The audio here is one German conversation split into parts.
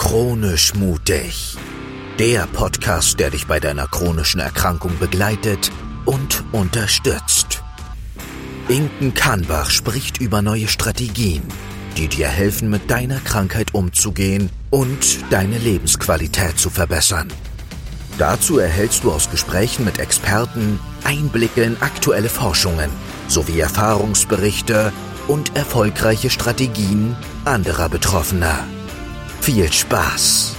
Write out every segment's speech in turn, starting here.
Chronisch mutig. Der Podcast, der dich bei deiner chronischen Erkrankung begleitet und unterstützt. Inken Kahnbach spricht über neue Strategien, die dir helfen, mit deiner Krankheit umzugehen und deine Lebensqualität zu verbessern. Dazu erhältst du aus Gesprächen mit Experten Einblicke in aktuelle Forschungen sowie Erfahrungsberichte und erfolgreiche Strategien anderer Betroffener. Viel Spaß!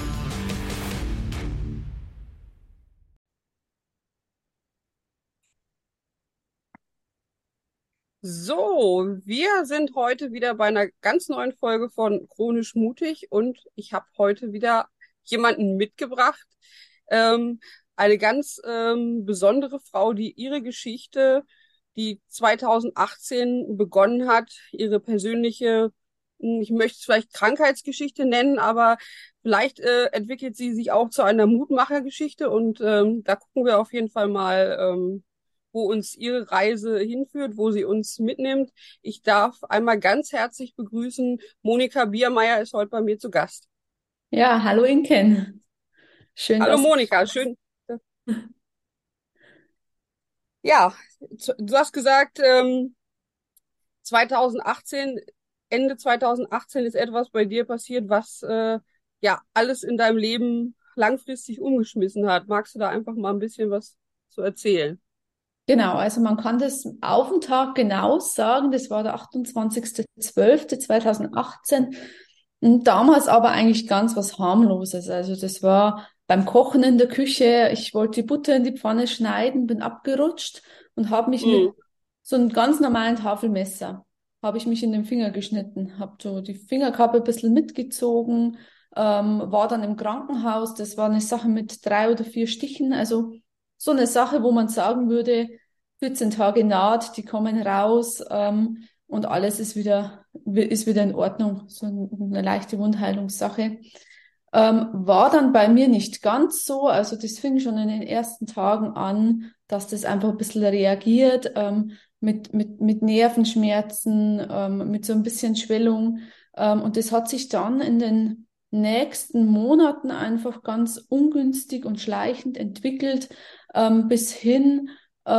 So, wir sind heute wieder bei einer ganz neuen Folge von Chronisch mutig und ich habe heute wieder jemanden mitgebracht. Eine ganz besondere Frau, die ihre Geschichte, die 2018 begonnen hat, ihre persönliche, ich möchte es vielleicht Krankheitsgeschichte nennen, aber vielleicht entwickelt sie sich auch zu einer Mutmachergeschichte und da gucken wir auf jeden Fall mal, wo uns ihre Reise hinführt, wo sie uns mitnimmt. Ich darf einmal ganz herzlich begrüßen, Monika Biermeier ist heute bei mir zu Gast. Ja, hallo Inken. Schön, Hallo dass Monika, schön. Ja, du hast gesagt, 2018, Ende 2018 ist etwas bei dir passiert, was ja alles in deinem Leben langfristig umgeschmissen hat. Magst du da einfach mal ein bisschen was zu erzählen? genau, also man kann das auf den Tag genau sagen, das war der 28.12.2018 und damals aber eigentlich ganz was harmloses. Also das war beim Kochen in der Küche, ich wollte die Butter in die Pfanne schneiden, bin abgerutscht und habe mich mit Mhm. so einem ganz normalen Tafelmesser, habe ich mich in den Finger geschnitten, habe so die Fingerkappe ein bisschen mitgezogen, war dann im Krankenhaus. Das war eine Sache mit 3 oder 4 Stichen, also so eine Sache, wo man sagen würde, 14 Tage naht, die kommen raus, und alles ist wieder in Ordnung. So eine leichte Wundheilungssache. War dann bei mir nicht ganz so. Also das fing schon in den ersten Tagen an, dass das einfach ein bisschen reagiert, mit Nervenschmerzen, mit so ein bisschen Schwellung. Und das hat sich dann in den nächsten Monaten einfach ganz ungünstig und schleichend entwickelt, bis hin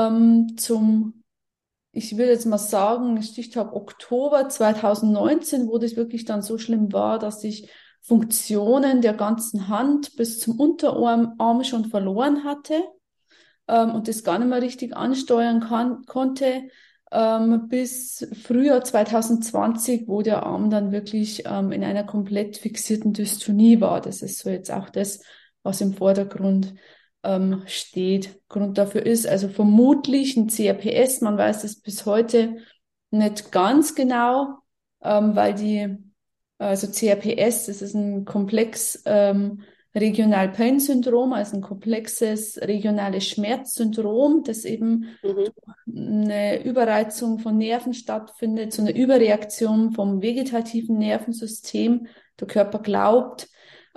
ich will jetzt mal sagen, Stichtag Oktober 2019, wo das wirklich dann so schlimm war, dass ich Funktionen der ganzen Hand bis zum Unterarm schon verloren hatte, und das gar nicht mehr richtig ansteuern konnte, bis Frühjahr 2020, wo der Arm dann wirklich in einer komplett fixierten Dystonie war. Das ist so jetzt auch das, was im Vordergrund steht. Grund dafür ist also vermutlich ein CRPS. Man weiß es bis heute nicht ganz genau, weil also CRPS, das ist ein Komplex Regional Pain Syndrom, also ein komplexes regionales Schmerzsyndrom, das eben Mhm. durch eine Überreizung von Nerven stattfindet, so eine Überreaktion vom vegetativen Nervensystem. Der Körper glaubt,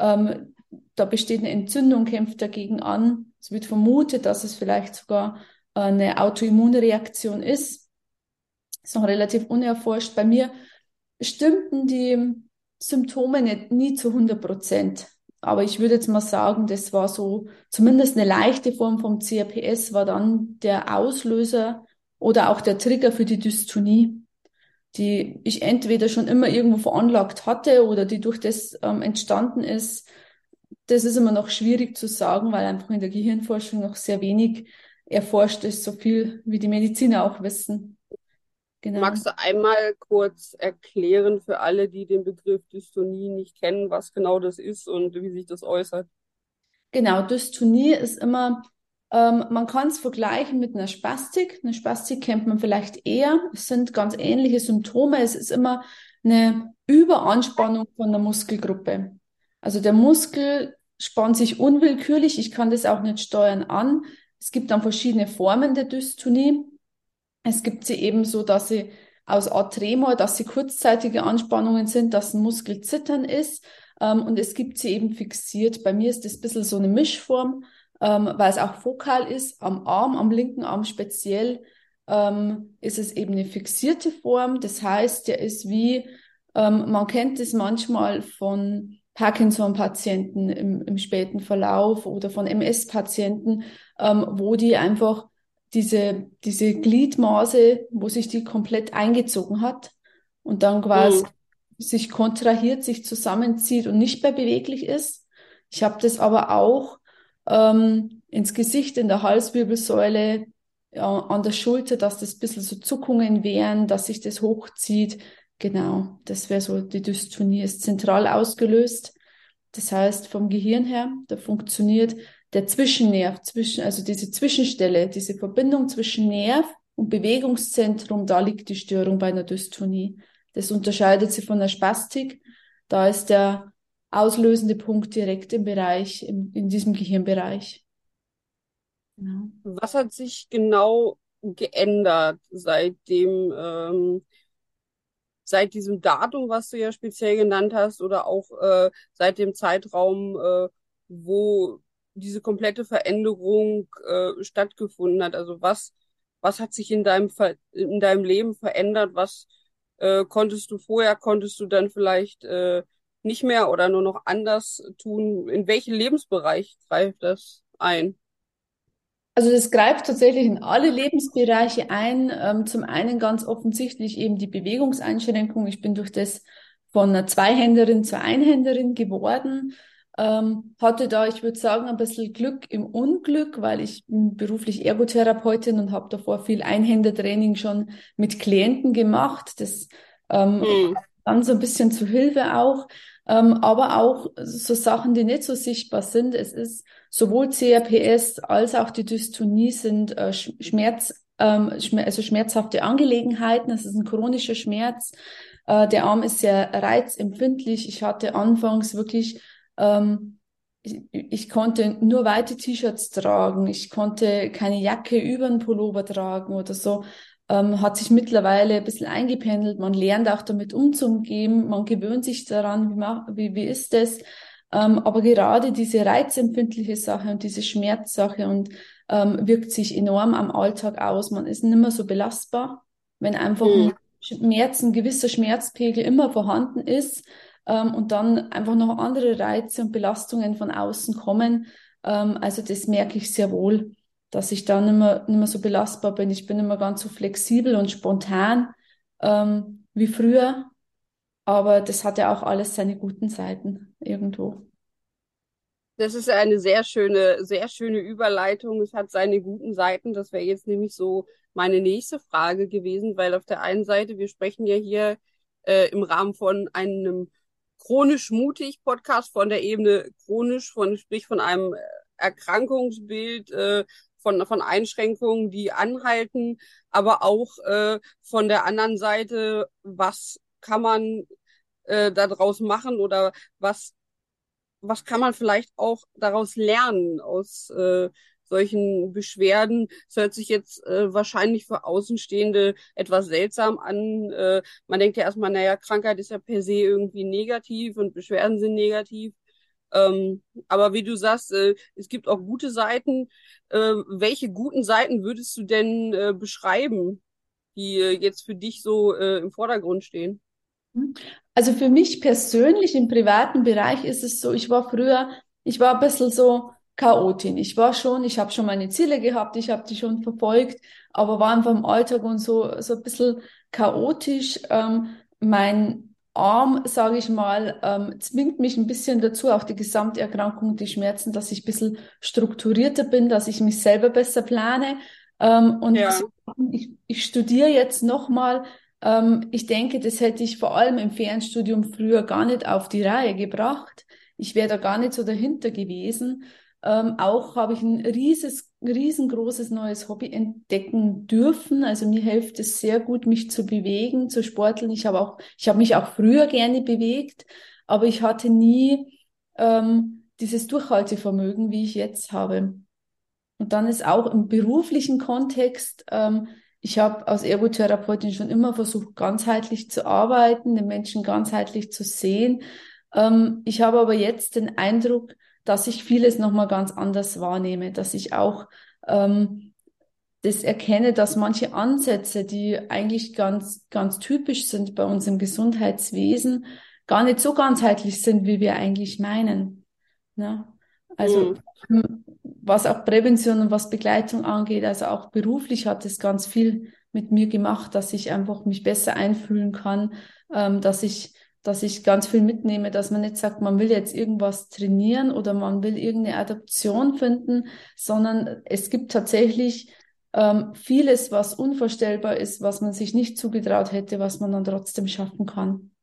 da besteht eine Entzündung, kämpft dagegen an. Es wird vermutet, dass es vielleicht sogar eine Autoimmunreaktion ist. Ist noch relativ unerforscht. Bei mir stimmten die Symptome nie zu 100%. Aber ich würde jetzt mal sagen, das war so zumindest eine leichte Form vom CRPS, war dann der Auslöser oder auch der Trigger für die Dystonie, die ich entweder schon immer irgendwo veranlagt hatte oder die durch das entstanden ist. Das ist immer noch schwierig zu sagen, weil einfach in der Gehirnforschung noch sehr wenig erforscht ist, so viel wie die Mediziner auch wissen. Genau. Magst du einmal kurz erklären für alle, die den Begriff Dystonie nicht kennen, was genau das ist und wie sich das äußert? Genau, Dystonie ist immer, man kann es vergleichen mit einer Spastik. Eine Spastik kennt man vielleicht eher. Es sind ganz ähnliche Symptome. Es ist immer eine Überanspannung von der Muskelgruppe. Also der Muskel spannt sich unwillkürlich. Ich kann das auch nicht steuern an. Es gibt dann verschiedene Formen der Dystonie. Es gibt sie eben so, dass sie aus Art Tremor, dass sie kurzzeitige Anspannungen sind, dass ein Muskel zittern ist. Und es gibt sie eben fixiert. Bei mir ist das ein bisschen so eine Mischform, weil es auch fokal ist. Am Arm, am linken Arm speziell, ist es eben eine fixierte Form. Das heißt, der ist wie, man kennt es manchmal von Parkinson-Patienten im späten Verlauf oder von MS-Patienten, wo die einfach diese Gliedmaße, wo sich die komplett eingezogen hat und dann quasi Mhm. sich kontrahiert, sich zusammenzieht und nicht mehr beweglich ist. Ich habe das aber auch ins Gesicht, in der Halswirbelsäule, ja, an der Schulter, dass das ein bisschen so Zuckungen wären, dass sich das hochzieht. Genau, das wäre so, die Dystonie ist zentral ausgelöst. Das heißt, vom Gehirn her, da funktioniert der Zwischennerv, also diese Zwischenstelle, diese Verbindung zwischen Nerv und Bewegungszentrum, da liegt die Störung bei einer Dystonie. Das unterscheidet sie von der Spastik. Da ist der auslösende Punkt direkt im Bereich, in diesem Gehirnbereich. Genau. Was hat sich genau geändert seit diesem Datum, was du ja speziell genannt hast, oder auch seit dem Zeitraum, wo diese komplette Veränderung stattgefunden hat? Also was hat sich in deinem Leben verändert? Was konntest du dann vielleicht nicht mehr oder nur noch anders tun? In welchen Lebensbereich greift das ein? Also das greift tatsächlich in alle Lebensbereiche ein. Zum einen ganz offensichtlich eben die Bewegungseinschränkung. Ich bin durch das von einer Zweihänderin zur Einhänderin geworden. Hatte da, ich würde sagen, ein bisschen Glück im Unglück, weil ich bin beruflich Ergotherapeutin und habe davor viel Einhändertraining schon mit Klienten gemacht. Das Hm. dann so ein bisschen zu Hilfe auch. Aber auch so Sachen, die nicht so sichtbar sind. Es ist sowohl CRPS als auch die Dystonie sind also schmerzhafte Angelegenheiten. Es ist ein chronischer Schmerz. Der Arm ist sehr reizempfindlich. Ich hatte anfangs wirklich, ich konnte nur weite T-Shirts tragen. Ich konnte keine Jacke über einen Pullover tragen oder so. Hat sich mittlerweile ein bisschen eingependelt. Man lernt auch damit umzugehen. Man gewöhnt sich daran, wie ist das? Aber gerade diese reizempfindliche Sache und diese Schmerzsache und wirkt sich enorm am Alltag aus. Man ist nicht mehr so belastbar, wenn einfach Hm. ein gewisser Schmerzpegel immer vorhanden ist und dann einfach noch andere Reize und Belastungen von außen kommen. Also das merke ich sehr wohl, dass ich da nicht mehr so belastbar bin. Ich bin nicht mehr ganz so flexibel und spontan wie früher. Aber das hat ja auch alles seine guten Seiten irgendwo. Das ist eine sehr schöne Überleitung. Es hat seine guten Seiten. Das wäre jetzt nämlich so meine nächste Frage gewesen, weil auf der einen Seite, wir sprechen ja hier im Rahmen von einem chronisch mutig Podcast von der Ebene chronisch, sprich von einem Erkrankungsbild, von Einschränkungen, die anhalten, aber auch von der anderen Seite, was kann man daraus machen oder was kann man vielleicht auch daraus lernen aus solchen Beschwerden? Es hört sich jetzt wahrscheinlich für Außenstehende etwas seltsam an. Man denkt ja erstmal, naja, Krankheit ist ja per se irgendwie negativ und Beschwerden sind negativ. Aber wie du sagst, es gibt auch gute Seiten. Welche guten Seiten würdest du denn beschreiben, die jetzt für dich so im Vordergrund stehen? Also für mich persönlich im privaten Bereich ist es so, ich war ein bisschen so Chaotin. Ich habe schon meine Ziele gehabt, ich habe die schon verfolgt, aber war einfach im Alltag und so ein bisschen chaotisch. Mein Arm, sage ich mal, zwingt mich ein bisschen dazu, auch die Gesamterkrankung, die Schmerzen, dass ich ein bisschen strukturierter bin, dass ich mich selber besser plane. Und Ja. ich studiere jetzt nochmal. Ich denke, das hätte ich vor allem im Fernstudium früher gar nicht auf die Reihe gebracht. Ich wäre da gar nicht so dahinter gewesen. Auch habe ich ein riesengroßes neues Hobby entdecken dürfen. Also mir hilft es sehr gut, mich zu bewegen, zu sporteln. Ich habe mich auch früher gerne bewegt, aber ich hatte nie dieses Durchhaltevermögen, wie ich jetzt habe. Und dann ist auch im beruflichen Kontext, ich habe als Ergotherapeutin schon immer versucht, ganzheitlich zu arbeiten, den Menschen ganzheitlich zu sehen. Ich habe aber jetzt den Eindruck, dass ich vieles nochmal ganz anders wahrnehme, dass ich auch das erkenne, dass manche Ansätze, die eigentlich ganz typisch sind bei uns im Gesundheitswesen, gar nicht so ganzheitlich sind, wie wir eigentlich meinen. Ne? Also Hm. was auch Prävention und was Begleitung angeht, also auch beruflich hat es ganz viel mit mir gemacht, dass ich einfach mich besser einfühlen kann, dass ich ganz viel mitnehme, dass man nicht sagt, man will jetzt irgendwas trainieren oder man will irgendeine Adaption finden, sondern es gibt tatsächlich vieles, was unvorstellbar ist, was man sich nicht zugetraut hätte, was man dann trotzdem schaffen kann.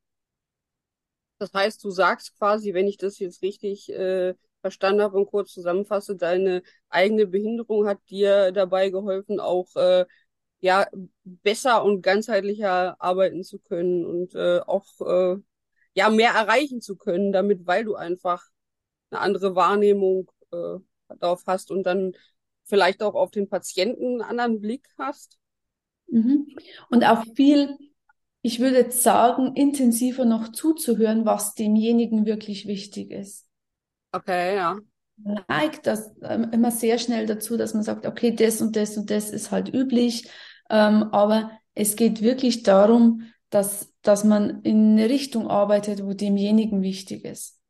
Das heißt, du sagst quasi, wenn ich das jetzt richtig verstanden habe und kurz zusammenfasse, deine eigene Behinderung hat dir dabei geholfen, auch ja besser und ganzheitlicher arbeiten zu können und auch ja mehr erreichen zu können, damit, weil du einfach eine andere Wahrnehmung darauf hast und dann vielleicht auch auf den Patienten einen anderen Blick hast. Mhm. Und auch viel, ich würde jetzt sagen, intensiver noch zuzuhören, was demjenigen wirklich wichtig ist. Okay, ja. Man neigt das immer sehr schnell dazu, dass man sagt, okay, das und das und das ist halt üblich. Aber es geht wirklich darum, dass man in eine Richtung arbeitet, wo demjenigen wichtig ist.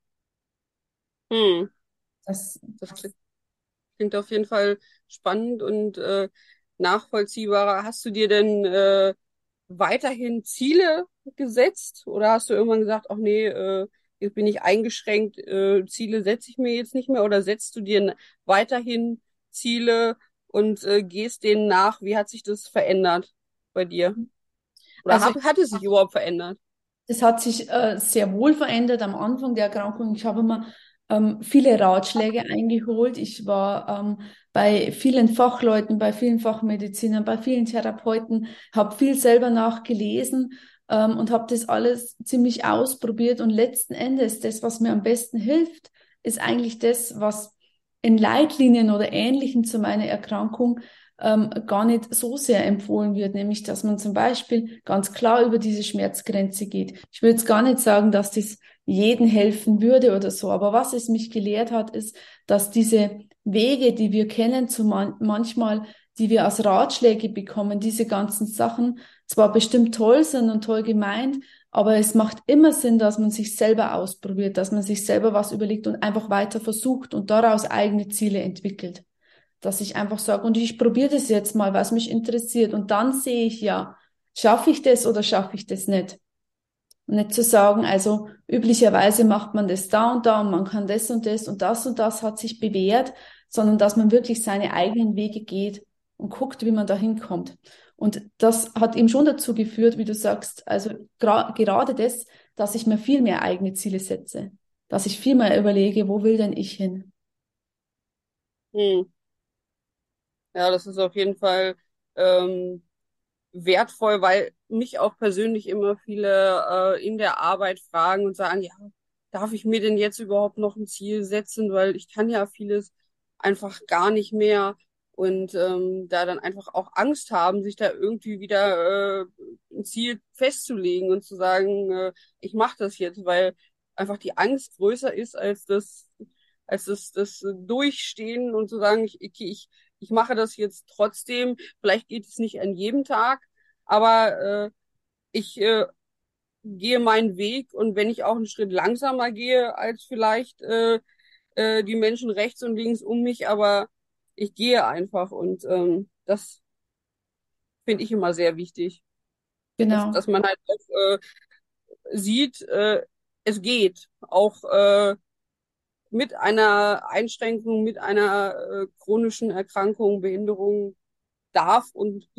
Hm. Das, Das klingt auf jeden Fall spannend und nachvollziehbarer. Hast du dir denn weiterhin Ziele gesetzt oder hast du irgendwann gesagt, ach nee, jetzt bin ich eingeschränkt, Ziele setze ich mir jetzt nicht mehr oder setzt du dir weiterhin Ziele und gehst denen nach? Wie hat sich das verändert bei dir? Oder also hat es sich überhaupt verändert? das hat sich sehr wohl verändert am Anfang der Erkrankung. Ich habe immer viele Ratschläge eingeholt. Ich war bei vielen Fachleuten, bei vielen Fachmedizinern, bei vielen Therapeuten, habe viel selber nachgelesen und habe das alles ziemlich ausprobiert. Und letzten Endes, das, was mir am besten hilft, ist eigentlich das, was in Leitlinien oder Ähnlichen zu meiner Erkrankung gar nicht so sehr empfohlen wird, nämlich dass man zum Beispiel ganz klar über diese Schmerzgrenze geht. Ich würde jetzt gar nicht sagen, dass das jedem helfen würde oder so, aber was es mich gelehrt hat, ist, dass diese Wege, die wir kennen, manchmal, die wir als Ratschläge bekommen, diese ganzen Sachen zwar bestimmt toll sind und toll gemeint, aber es macht immer Sinn, dass man sich selber ausprobiert, dass man sich selber was überlegt und einfach weiter versucht und daraus eigene Ziele entwickelt. Dass ich einfach sage, und ich probiere das jetzt mal, was mich interessiert. Und dann sehe ich ja, schaffe ich das oder schaffe ich das nicht? Und nicht zu sagen, also üblicherweise macht man das da und man kann das und das hat sich bewährt, sondern dass man wirklich seine eigenen Wege geht und guckt, wie man da hinkommt. Und das hat eben schon dazu geführt, wie du sagst, also gerade das, dass ich mir viel mehr eigene Ziele setze, dass ich viel mehr überlege, wo will denn ich hin? Hm. Ja, das ist auf jeden Fall ähm, wertvoll, weil mich auch persönlich immer viele in der Arbeit fragen und sagen, ja, darf ich mir denn jetzt überhaupt noch ein Ziel setzen, weil ich kann ja vieles einfach gar nicht mehr und da dann einfach auch Angst haben, sich da irgendwie wieder ein Ziel festzulegen und zu sagen, ich mache das jetzt, weil einfach die Angst größer ist als das Durchstehen und zu sagen, ich mache das jetzt trotzdem. Vielleicht geht es nicht an jedem Tag, aber ich gehe meinen Weg und wenn ich auch einen Schritt langsamer gehe als vielleicht die Menschen rechts und links um mich, aber ich gehe einfach und das finde ich immer sehr wichtig, dass Genau. man halt auch sieht, es geht auch mit einer Einschränkung, mit einer chronischen Erkrankung, Behinderung darf und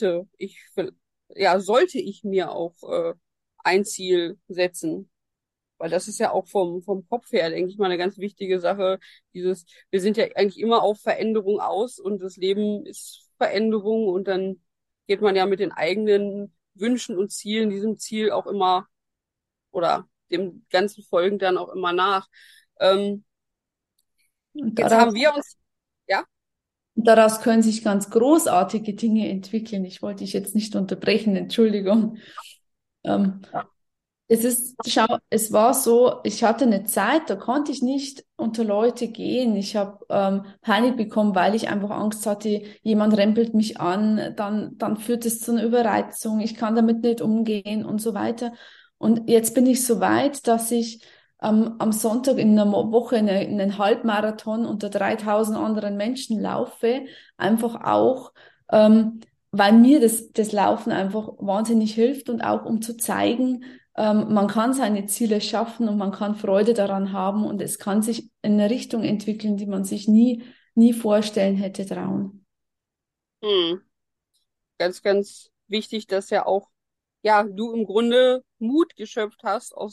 sollte ich mir auch ein Ziel setzen. Weil das ist ja auch vom Kopf her, denke ich mal, eine ganz wichtige Sache. Wir sind ja eigentlich immer auf Veränderung aus und das Leben ist Veränderung und dann geht man ja mit den eigenen Wünschen und Zielen diesem Ziel auch immer oder dem ganzen Folgen dann auch immer nach. Ähm, Und jetzt haben wir uns, ja, daraus können sich ganz großartige Dinge entwickeln. Ich wollte dich jetzt nicht unterbrechen, Entschuldigung. Ähm, schau, es war so, ich hatte eine Zeit, da konnte ich nicht unter Leute gehen. Ich habe Panik bekommen, weil ich einfach Angst hatte, jemand rempelt mich an, dann führt es zu einer Überreizung, ich kann damit nicht umgehen und so weiter. Und jetzt bin ich so weit, dass ich am Sonntag in einer Woche einen Halbmarathon unter 3000 anderen Menschen laufe, einfach auch, weil mir das Laufen einfach wahnsinnig hilft und auch um zu zeigen, man kann seine Ziele schaffen und man kann Freude daran haben und es kann sich in eine Richtung entwickeln, die man sich nie vorstellen hätte trauen. Hm. Ganz, ganz wichtig, dass ja auch, ja, du im Grunde Mut geschöpft hast aus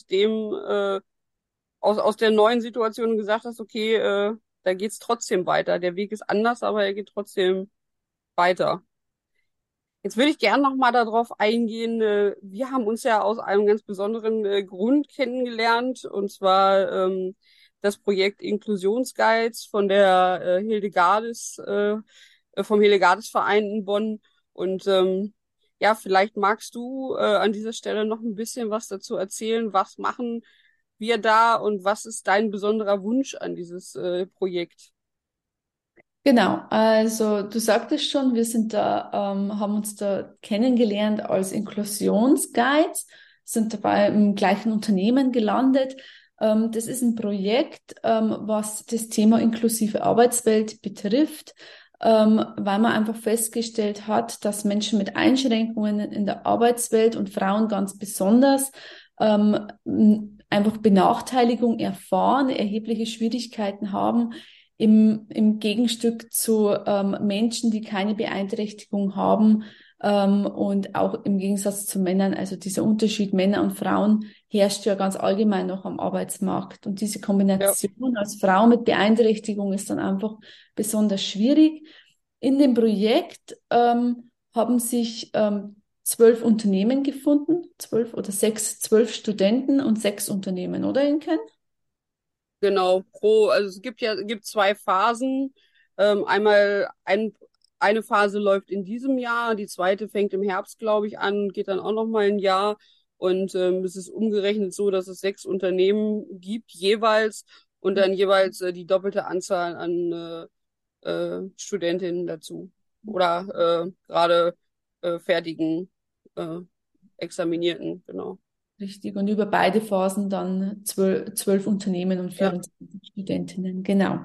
aus der neuen Situation und gesagt hast, okay, da geht's trotzdem weiter. Der Weg ist anders, aber er geht trotzdem weiter. Jetzt würde ich gerne nochmal darauf eingehen. Wir haben uns ja aus einem ganz besonderen Grund kennengelernt, und zwar das Projekt Inklusionsguides von der Hildegardes, vom Hildegardes-Verein in Bonn. Und ja, vielleicht magst du an dieser Stelle noch ein bisschen was dazu erzählen. Was machen wir da und was ist dein besonderer Wunsch an dieses Projekt? Genau, also du sagtest schon, wir sind da, haben uns da kennengelernt als Inklusionsguides, sind dabei im gleichen Unternehmen gelandet. Das ist ein Projekt, was das Thema inklusive Arbeitswelt betrifft, weil man einfach festgestellt hat, dass Menschen mit Einschränkungen in der Arbeitswelt und Frauen ganz besonders einfach Benachteiligung erfahren, erhebliche Schwierigkeiten haben im Gegenstück zu Menschen, die keine Beeinträchtigung haben und auch im Gegensatz zu Männern, also dieser Unterschied Männer und Frauen herrscht ja ganz allgemein noch am Arbeitsmarkt. Und diese Ja, Kombination als Frau mit Beeinträchtigung ist dann einfach besonders schwierig. In dem Projekt haben sich 12 Unternehmen gefunden, 12 oder 6, 12 Studenten und 6 Unternehmen, oder Inken? genau. Also es gibt zwei Phasen. Einmal eine Phase läuft in diesem Jahr, die zweite fängt im Herbst, glaube ich, an, geht dann auch noch mal ein Jahr. Und es ist umgerechnet so, dass es 6 Unternehmen gibt jeweils und dann jeweils die doppelte Anzahl an Studentinnen dazu oder gerade fertigen äh, Examinierten, genau. Richtig, und über beide Phasen dann 12 Unternehmen und Ja, 24 Studentinnen, genau.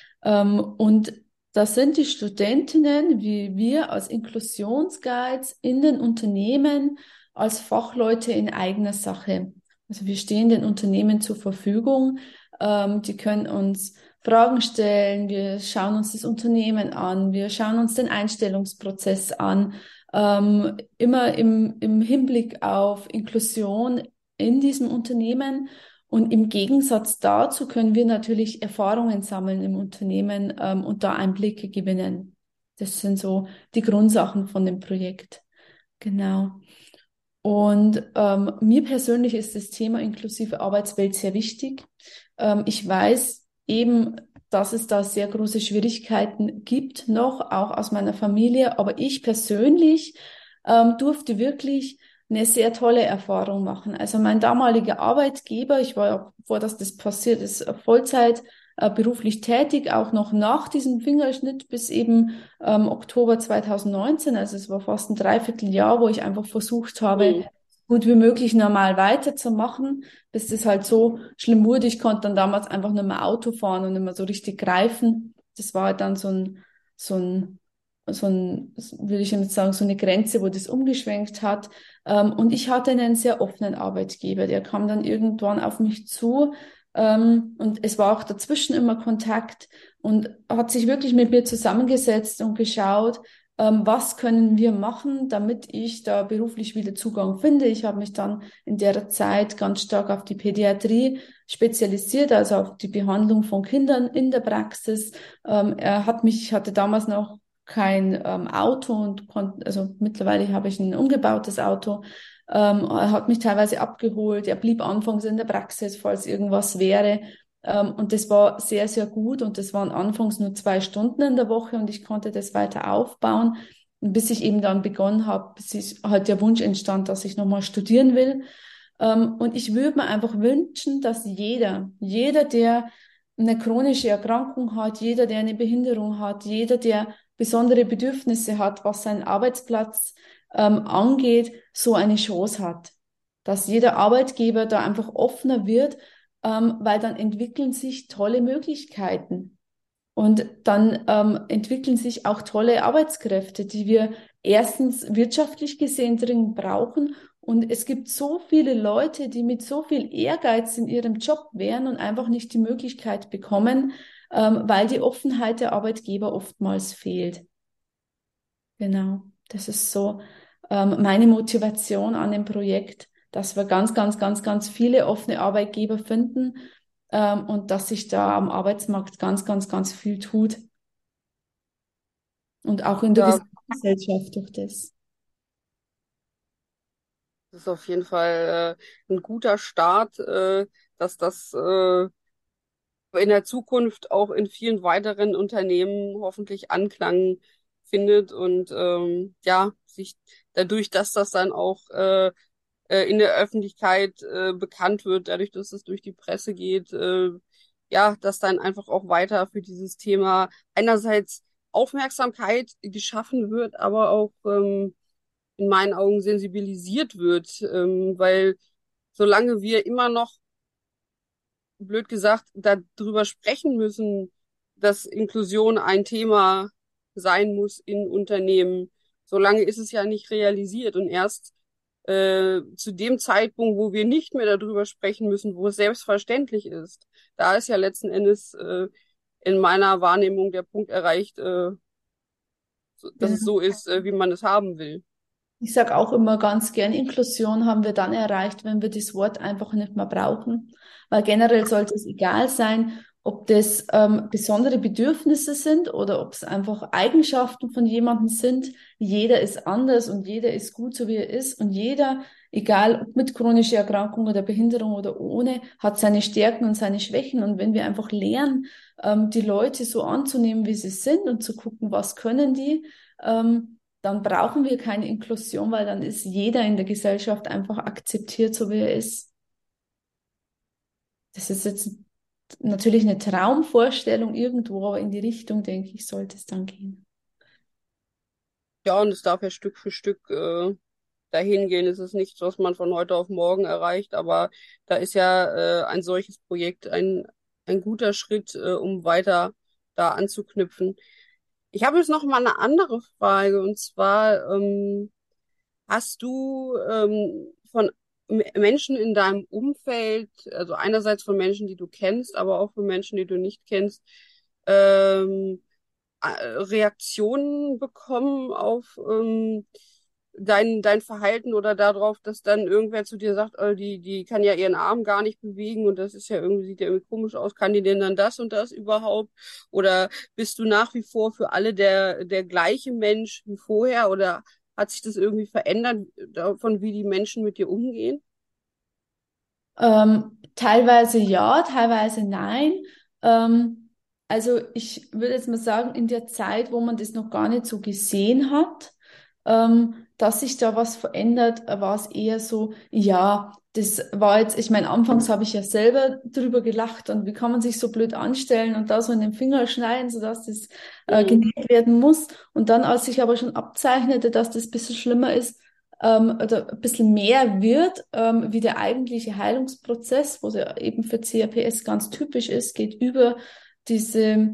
Und das sind die Studentinnen, wie wir als Inklusionsguides in den Unternehmen als Fachleute in eigener Sache. Also wir stehen den Unternehmen zur Verfügung. Die können uns Fragen stellen, wir schauen uns das Unternehmen an, wir schauen uns den Einstellungsprozess an, immer im Hinblick auf Inklusion in diesem Unternehmen. Und im Gegensatz dazu können wir natürlich Erfahrungen sammeln im Unternehmen, und da Einblicke gewinnen. Das sind so die Grundsachen von dem Projekt. Genau. Und mir persönlich ist das Thema inklusive Arbeitswelt sehr wichtig. Ich weiß eben, dass es da sehr große Schwierigkeiten gibt, noch auch aus meiner Familie. Aber ich persönlich durfte wirklich eine sehr tolle Erfahrung machen. Also mein damaliger Arbeitgeber, ich war ja, bevor das passiert ist, Vollzeit beruflich tätig, auch noch nach diesem Fingerschnitt bis eben Oktober 2019. Also es war fast ein Dreivierteljahr, wo ich einfach versucht habe, hm, gut wie möglich normal weiterzumachen, bis das halt so schlimm wurde. Ich konnte dann damals einfach nur mehr Auto fahren und nicht mehr so richtig greifen. Das war halt dann würde ich jetzt sagen, so eine Grenze, wo das umgeschwenkt hat. Und ich hatte einen sehr offenen Arbeitgeber, der kam dann irgendwann auf mich zu, und es war auch dazwischen immer Kontakt und hat sich wirklich mit mir zusammengesetzt und geschaut, was können wir machen, damit ich da beruflich wieder Zugang finde. Ich habe mich dann in der Zeit ganz stark auf die Pädiatrie spezialisiert, also auf die Behandlung von Kindern in der Praxis. Ich hatte damals noch kein Auto und konnte, also mittlerweile habe ich ein umgebautes Auto. Er hat mich teilweise abgeholt. Er blieb anfangs in der Praxis, falls irgendwas wäre. Und das war sehr, sehr gut. Und das waren anfangs nur 2 Stunden in der Woche und ich konnte das weiter aufbauen. Und bis ich eben dann begonnen habe, bis ich halt der Wunsch entstand, dass ich nochmal studieren will. Und ich würde mir einfach wünschen, dass jeder, der eine chronische Erkrankung hat, jeder, der eine Behinderung hat, jeder, der besondere Bedürfnisse hat, was seinen Arbeitsplatz angeht, so eine Chance hat. dass jeder Arbeitgeber da einfach offener wird, weil dann entwickeln sich tolle Möglichkeiten. Und dann entwickeln sich auch tolle Arbeitskräfte, die wir erstens wirtschaftlich gesehen dringend brauchen. Und es gibt so viele Leute, die mit so viel Ehrgeiz in ihrem Job wären und einfach nicht die Möglichkeit bekommen, weil die Offenheit der Arbeitgeber oftmals fehlt. Genau, das ist so meine Motivation an dem Projekt, dass wir ganz, ganz, ganz, ganz viele offene Arbeitgeber finden und dass sich da am Arbeitsmarkt ganz, ganz, ganz viel tut und auch in der Ja, Gesellschaft durch das. das ist auf jeden Fall ein guter Start, dass das in der Zukunft auch in vielen weiteren Unternehmen hoffentlich Anklang findet und ja, sich dadurch, dass das dann auch in der Öffentlichkeit bekannt wird, dadurch, dass es durch die Presse geht, ja, dass dann einfach auch weiter für dieses Thema einerseits Aufmerksamkeit geschaffen wird, aber auch in meinen Augen sensibilisiert wird, weil solange wir immer noch blöd gesagt, darüber sprechen müssen, dass Inklusion ein Thema sein muss in Unternehmen. Solange ist es ja nicht realisiert und erst zu dem Zeitpunkt, wo wir nicht mehr darüber sprechen müssen, wo es selbstverständlich ist, da ist ja letzten Endes in meiner Wahrnehmung der Punkt erreicht, dass es so ist, wie man es haben will. Ich sage auch immer ganz gern, Inklusion haben wir dann erreicht, wenn wir das Wort einfach nicht mehr brauchen. Weil generell sollte es egal sein, ob das besondere Bedürfnisse sind oder ob es einfach Eigenschaften von jemandem sind. Jeder ist anders und jeder ist gut, so wie er ist. Und jeder, egal ob mit chronischer Erkrankung oder Behinderung oder ohne, hat seine Stärken und seine Schwächen. Und wenn wir einfach lernen, die Leute so anzunehmen, wie sie sind und zu gucken, was können die, dann brauchen wir keine Inklusion, weil dann ist jeder in der Gesellschaft einfach akzeptiert, so wie er ist. Das ist jetzt natürlich eine Traumvorstellung irgendwo, aber in die Richtung, denke ich, sollte es dann gehen. Ja, und es darf ja Stück für Stück dahin gehen. Es ist nichts, was man von heute auf morgen erreicht, aber da ist ja ein solches Projekt ein guter Schritt, um weiter da anzuknüpfen. Ich habe jetzt noch mal eine andere Frage und zwar hast du von Menschen in deinem Umfeld, also einerseits von Menschen, die du kennst, aber auch von Menschen, die du nicht kennst, ähm, Reaktionen bekommen auf dein Verhalten oder darauf, dass dann irgendwer zu dir sagt, die kann ja ihren Arm gar nicht bewegen und das ist ja irgendwie, sieht ja irgendwie komisch aus, kann die denn dann das und das überhaupt? Oder bist du nach wie vor für alle der gleiche Mensch wie vorher oder hat sich das irgendwie verändert, davon, wie die Menschen mit dir umgehen? Teilweise ja, teilweise nein. Also ich würde jetzt mal sagen, in der Zeit, wo man das noch gar nicht so gesehen hat, dass sich da was verändert, war es eher so, ja, das war jetzt, ich meine, anfangs habe ich ja selber drüber gelacht und wie kann man sich so blöd anstellen und da so in den Finger schneiden, sodass das Mhm. genäht werden muss. Und dann, als sich aber schon abzeichnete, dass das ein bisschen schlimmer ist, oder ein bisschen mehr wird, wie der eigentliche Heilungsprozess, wo es ja eben für CRPS ganz typisch ist, geht über diese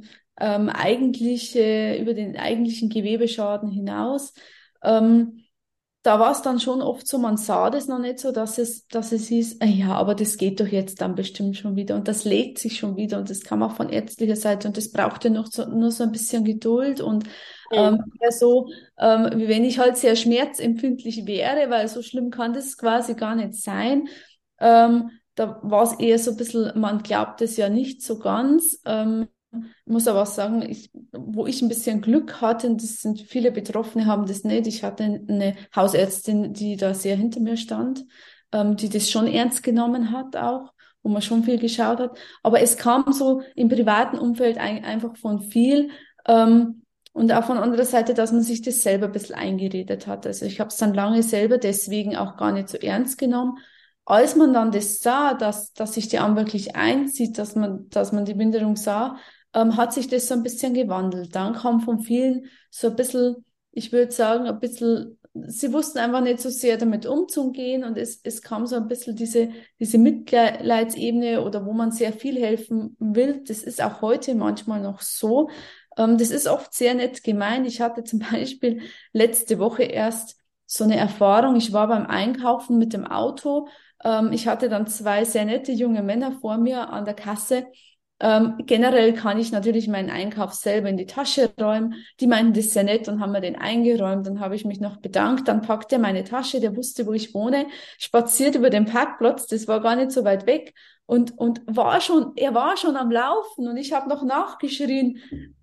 über den eigentlichen Gewebeschaden hinaus. Ähm, Da war es dann schon oft so, man sah das noch nicht so, dass es hieß, ja, aber das geht doch jetzt dann bestimmt schon wieder und das legt sich schon wieder und das kam auch von ärztlicher Seite und das brauchte noch so, nur so ein bisschen Geduld und Mhm. ja, so, wie wenn ich halt sehr schmerzempfindlich wäre, weil so schlimm kann das quasi gar nicht sein. Da war es eher so ein bisschen, man glaubt es ja nicht so ganz. Ich muss aber auch sagen, wo ich ein bisschen Glück hatte, und das sind viele Betroffene haben das nicht. Ich hatte eine Hausärztin, die da sehr hinter mir stand, die das schon ernst genommen hat auch, wo man schon viel geschaut hat. Aber es kam so im privaten Umfeld einfach von viel. Und auch von anderer Seite, dass man sich das selber ein bisschen eingeredet hat. Also ich habe es dann lange selber deswegen auch gar nicht so ernst genommen. Als man dann das sah, dass sich die Arm wirklich einzieht, dass man die Minderung sah, hat sich das so ein bisschen gewandelt. Dann kam von vielen so ein bisschen, ich würde sagen, ein bisschen sie wussten einfach nicht so sehr damit umzugehen und es kam so ein bisschen diese Mitleidsebene oder wo man sehr viel helfen will. Das ist auch heute manchmal noch so. Das ist oft sehr nett gemeint. Ich hatte zum Beispiel letzte Woche erst so eine Erfahrung. Ich war beim Einkaufen mit dem Auto. Ich hatte dann zwei sehr nette junge Männer vor mir an der Kasse. Generell kann ich natürlich meinen Einkauf selber in die Tasche räumen. Die meinten das sehr nett und haben mir den eingeräumt. Dann habe ich mich noch bedankt. Dann packt er meine Tasche, der wusste, wo ich wohne, spaziert über den Parkplatz. Das war gar nicht so weit weg und er war schon am Laufen und ich habe noch nachgeschrien,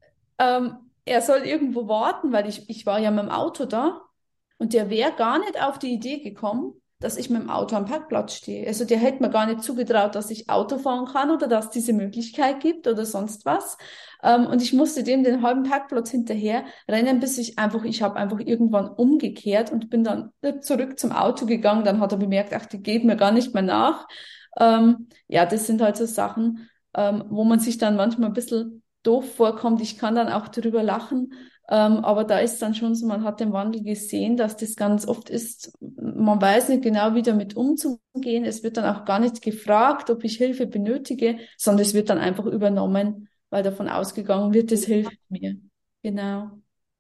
er soll irgendwo warten, weil ich war ja mit dem Auto da und der wäre gar nicht auf die Idee gekommen, dass ich mit dem Auto am Parkplatz stehe. Also der hätte mir gar nicht zugetraut, dass ich Auto fahren kann oder dass diese Möglichkeit gibt oder sonst was. Und ich musste dem den halben Parkplatz hinterher rennen, ich habe einfach irgendwann umgekehrt und bin dann zurück zum Auto gegangen. Dann hat er bemerkt, ach, die geht mir gar nicht mehr nach. Ja, das sind halt so Sachen, wo man sich dann manchmal ein bisschen doof vorkommt. Ich kann dann auch darüber lachen. Aber da ist dann schon so, man hat den Wandel gesehen, dass das ganz oft ist, man weiß nicht genau, wie damit umzugehen. Es wird dann auch gar nicht gefragt, ob ich Hilfe benötige, sondern es wird dann einfach übernommen, weil davon ausgegangen wird, das hilft mir. Genau.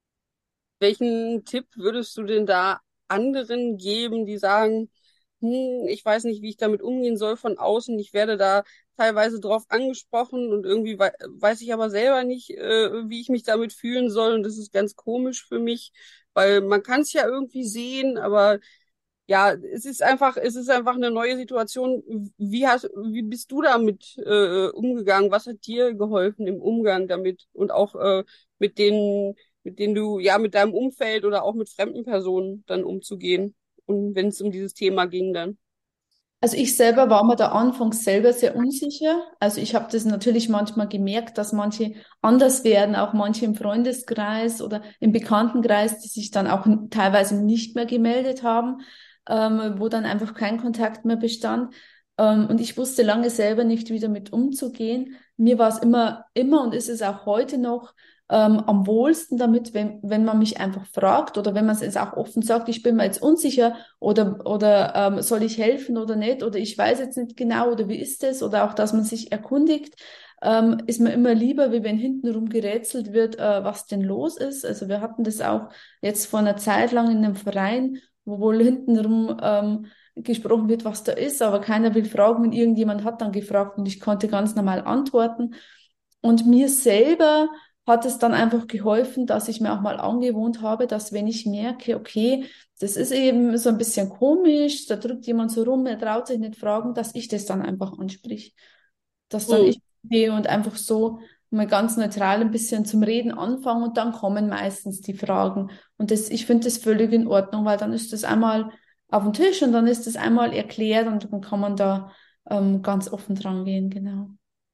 Welchen Tipp würdest du denn da anderen geben, die sagen, ich weiß nicht, wie ich damit umgehen soll von außen. Ich werde da teilweise drauf angesprochen und irgendwie weiß ich aber selber nicht, wie ich mich damit fühlen soll. Und das ist ganz komisch für mich, weil man kann es ja irgendwie sehen, aber ja, es ist einfach eine neue Situation. Wie bist du damit umgegangen? Was hat dir geholfen im Umgang damit und auch mit mit denen du ja mit deinem Umfeld oder auch mit fremden Personen dann umzugehen? Und wenn es um dieses Thema ging dann. Also ich selber war mir da anfangs selber sehr unsicher. Also ich habe das natürlich manchmal gemerkt, dass manche anders werden, auch manche im Freundeskreis oder im Bekanntenkreis, die sich dann auch teilweise nicht mehr gemeldet haben, wo dann einfach kein Kontakt mehr bestand. Und ich wusste lange selber nicht, wie damit umzugehen. Mir war es immer und ist es auch heute noch am wohlsten damit, wenn man mich einfach fragt oder wenn man es jetzt auch offen sagt, ich bin mir jetzt unsicher oder soll ich helfen oder nicht oder ich weiß jetzt nicht genau oder wie ist es oder auch, dass man sich erkundigt, ist mir immer lieber, wie wenn hintenrum gerätselt wird, was denn los ist. Also wir hatten das auch jetzt vor einer Zeit lang in einem Verein, wo wohl hintenrum gesprochen wird, was da ist, aber keiner will fragen und irgendjemand hat dann gefragt und ich konnte ganz normal antworten. Und mir selber hat es dann einfach geholfen, dass ich mir auch mal angewohnt habe, dass wenn ich merke, okay, das ist eben so ein bisschen komisch, da drückt jemand so rum, er traut sich nicht fragen, dass ich das dann einfach ansprich. Dass dann Hm. ich gehe und einfach so mal ganz neutral ein bisschen zum Reden anfange und dann kommen meistens die Fragen. Und ich finde das völlig in Ordnung, weil dann ist das einmal auf dem Tisch und dann ist das einmal erklärt und dann kann man da ganz offen dran gehen, genau.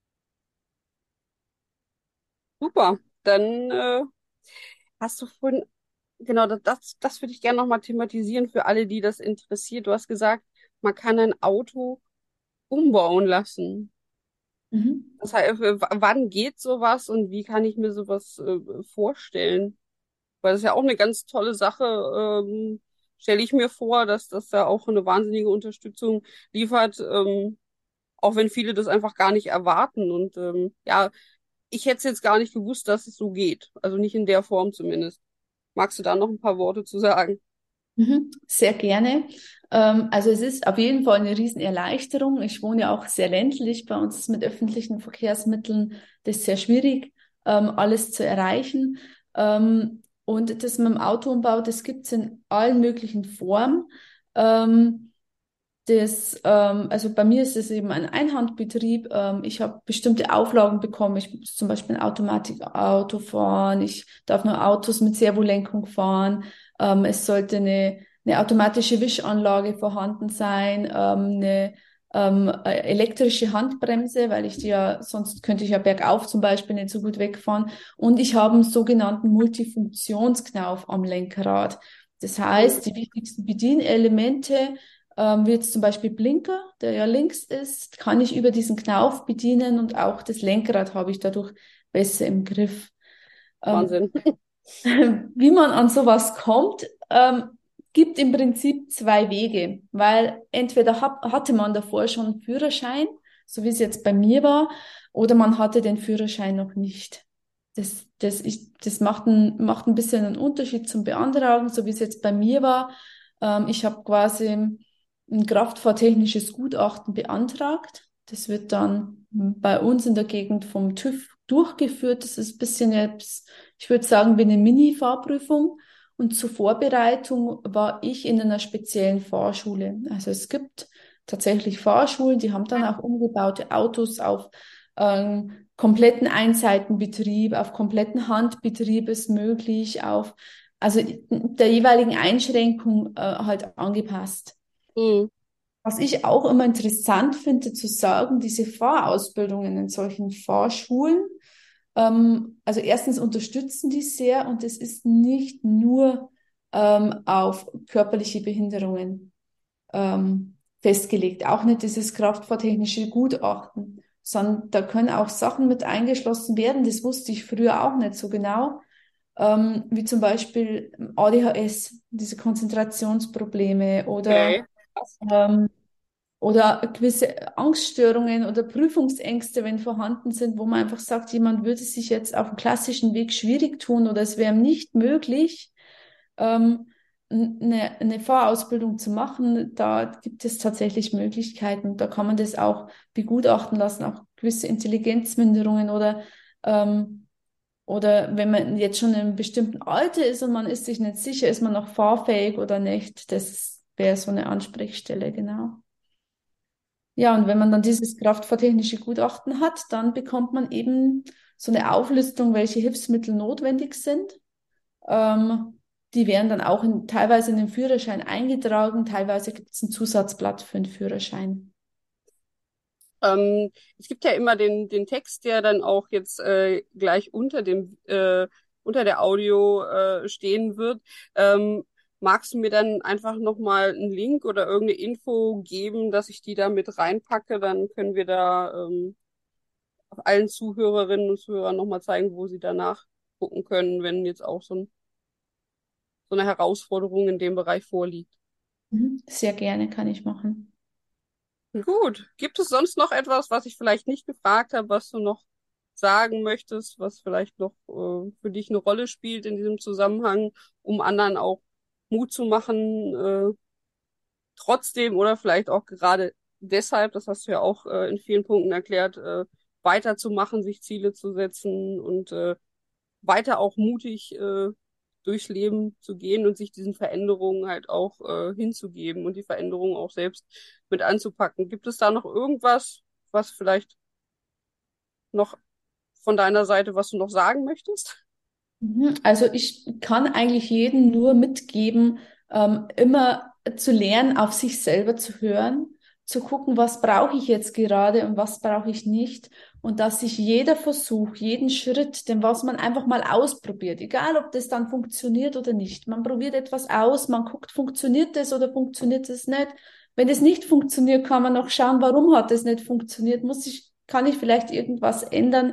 Super. Dann hast du vorhin, genau, das würde ich gerne nochmal thematisieren für alle, die das interessiert. Du hast gesagt, man kann ein Auto umbauen lassen. Mhm. Das heißt, wann geht sowas und wie kann ich mir sowas vorstellen? Weil das ist ja auch eine ganz tolle Sache, stelle ich mir vor, dass das da auch eine wahnsinnige Unterstützung liefert, auch wenn viele das einfach gar nicht erwarten. Und ja, ich hätte es jetzt gar nicht gewusst, dass es so geht. Also nicht in der Form zumindest. Magst du da noch ein paar Worte zu sagen? Mhm, sehr gerne. Also es ist auf jeden Fall eine Riesenerleichterung. Ich wohne ja auch sehr ländlich. Bei uns ist mit öffentlichen Verkehrsmitteln das sehr schwierig, alles zu erreichen. Und das mit dem Autoumbau, das gibt's in allen möglichen Formen. Ähm, also bei mir ist es eben ein Einhandbetrieb. Ich habe bestimmte Auflagen bekommen. Ich muss zum Beispiel ein Automatikauto fahren. Ich darf nur Autos mit Servolenkung fahren. Es sollte eine automatische Wischanlage vorhanden sein, elektrische Handbremse, weil sonst könnte ich ja bergauf zum Beispiel nicht so gut wegfahren. Und ich habe einen sogenannten Multifunktionsknauf am Lenkrad. Das heißt, die wichtigsten Bedienelemente wie jetzt zum Beispiel Blinker, der ja links ist, kann ich über diesen Knauf bedienen und auch das Lenkrad habe ich dadurch besser im Griff. Ähm, Wahnsinn. wie man an sowas kommt, gibt im Prinzip zwei Wege, weil entweder hatte man davor schon einen Führerschein, so wie es jetzt bei mir war, oder man hatte den Führerschein noch nicht. Das macht ein bisschen einen Unterschied zum Beantragen, so wie es jetzt bei mir war. Ich habe quasi ein kraftfahrtechnisches Gutachten beantragt. Das wird dann bei uns in der Gegend vom TÜV durchgeführt. Das ist ein bisschen jetzt, ich würde sagen, wie eine Mini-Fahrprüfung. Und zur Vorbereitung war ich in einer speziellen Fahrschule. Also es gibt tatsächlich Fahrschulen, die haben dann auch umgebaute Autos auf kompletten Einseitenbetrieb, auf kompletten Handbetrieb ist möglich, also der jeweiligen Einschränkung halt angepasst. Mhm. Was ich auch immer interessant finde zu sagen, diese Fahrausbildungen in solchen Fahrschulen, also erstens unterstützen die sehr und es ist nicht nur auf körperliche Behinderungen festgelegt, auch nicht dieses kraftfahrtechnische Gutachten, sondern da können auch Sachen mit eingeschlossen werden, das wusste ich früher auch nicht so genau, wie zum Beispiel ADHS, diese Konzentrationsprobleme Okay. oder gewisse Angststörungen oder Prüfungsängste, wenn vorhanden sind, wo man einfach sagt, jemand würde sich jetzt auf dem klassischen Weg schwierig tun oder es wäre ihm nicht möglich, eine Fahrausbildung zu machen. Da gibt es tatsächlich Möglichkeiten. Da kann man das auch begutachten lassen, auch gewisse Intelligenzminderungen oder wenn man jetzt schon in einem bestimmten Alter ist und man ist sich nicht sicher, ist man noch fahrfähig oder nicht. Das wäre so eine Ansprechstelle, genau. Ja, und wenn man dann dieses kraftfahrtechnische Gutachten hat, dann bekommt man eben so eine Auflistung, welche Hilfsmittel notwendig sind. Die werden dann auch teilweise in den Führerschein eingetragen, teilweise gibt es ein Zusatzblatt für den Führerschein. Es gibt ja immer den Text, der dann auch jetzt gleich unter der Audio stehen wird. Magst du mir dann einfach nochmal einen Link oder irgendeine Info geben, dass ich die da mit reinpacke? Dann können wir da allen Zuhörerinnen und Zuhörern nochmal zeigen, wo sie danach gucken können, wenn jetzt auch so eine Herausforderung in dem Bereich vorliegt. Sehr gerne, kann ich machen. Gut. Gibt es sonst noch etwas, was ich vielleicht nicht gefragt habe, was du noch sagen möchtest, was vielleicht noch für dich eine Rolle spielt in diesem Zusammenhang, um anderen auch Mut zu machen, trotzdem oder vielleicht auch gerade deshalb, das hast du ja auch in vielen Punkten erklärt, weiterzumachen, sich Ziele zu setzen und weiter auch mutig durchs Leben zu gehen und sich diesen Veränderungen halt auch hinzugeben und die Veränderungen auch selbst mit anzupacken. Gibt es da noch irgendwas, was vielleicht noch von deiner Seite, was du noch sagen möchtest? Also ich kann eigentlich jedem nur mitgeben, immer zu lernen, auf sich selber zu hören, zu gucken, was brauche ich jetzt gerade und was brauche ich nicht. Und dass sich jeder Versuch, jeden Schritt, den was man einfach mal ausprobiert, egal ob das dann funktioniert oder nicht. Man probiert etwas aus, man guckt, funktioniert das oder funktioniert das nicht. Wenn es nicht funktioniert, kann man noch schauen, warum hat es nicht funktioniert. Kann ich vielleicht irgendwas ändern,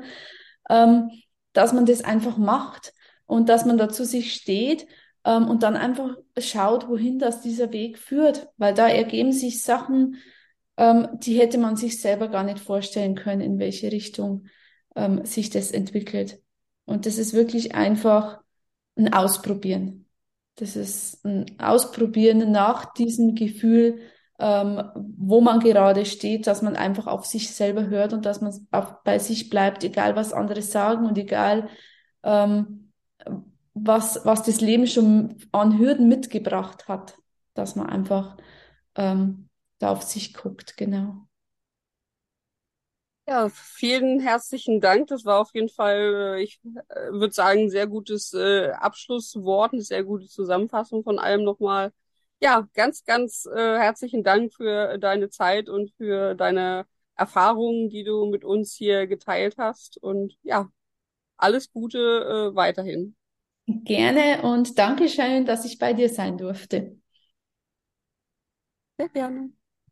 dass man das einfach macht und dass man dazu sich steht und dann einfach schaut, wohin das dieser Weg führt, weil da ergeben sich Sachen, die hätte man sich selber gar nicht vorstellen können, in welche Richtung sich das entwickelt. Und das ist wirklich einfach ein Ausprobieren. Das ist ein Ausprobieren nach diesem Gefühl, wo man gerade steht, dass man einfach auf sich selber hört und dass man bei sich bleibt, egal was andere sagen und egal was das Leben schon an Hürden mitgebracht hat, dass man einfach da auf sich guckt, genau. Ja, vielen herzlichen Dank. Das war auf jeden Fall, ich würde sagen, ein sehr gutes Abschlusswort, eine sehr gute Zusammenfassung von allem nochmal. Ja, ganz, ganz herzlichen Dank für deine Zeit und für deine Erfahrungen, die du mit uns hier geteilt hast. Und ja, alles Gute weiterhin. Gerne und Dankeschön, dass ich bei dir sein durfte. Sehr gerne.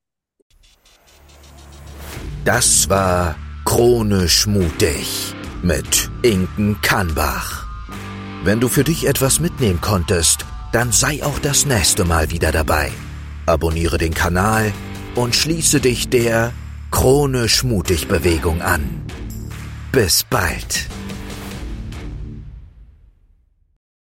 Das war Chronisch mutig mit Inken Kannbach. Wenn du für dich etwas mitnehmen konntest, Dann sei auch das nächste Mal wieder dabei. Abonniere den Kanal und schließe dich der Chronisch Mutig Bewegung an. Bis bald.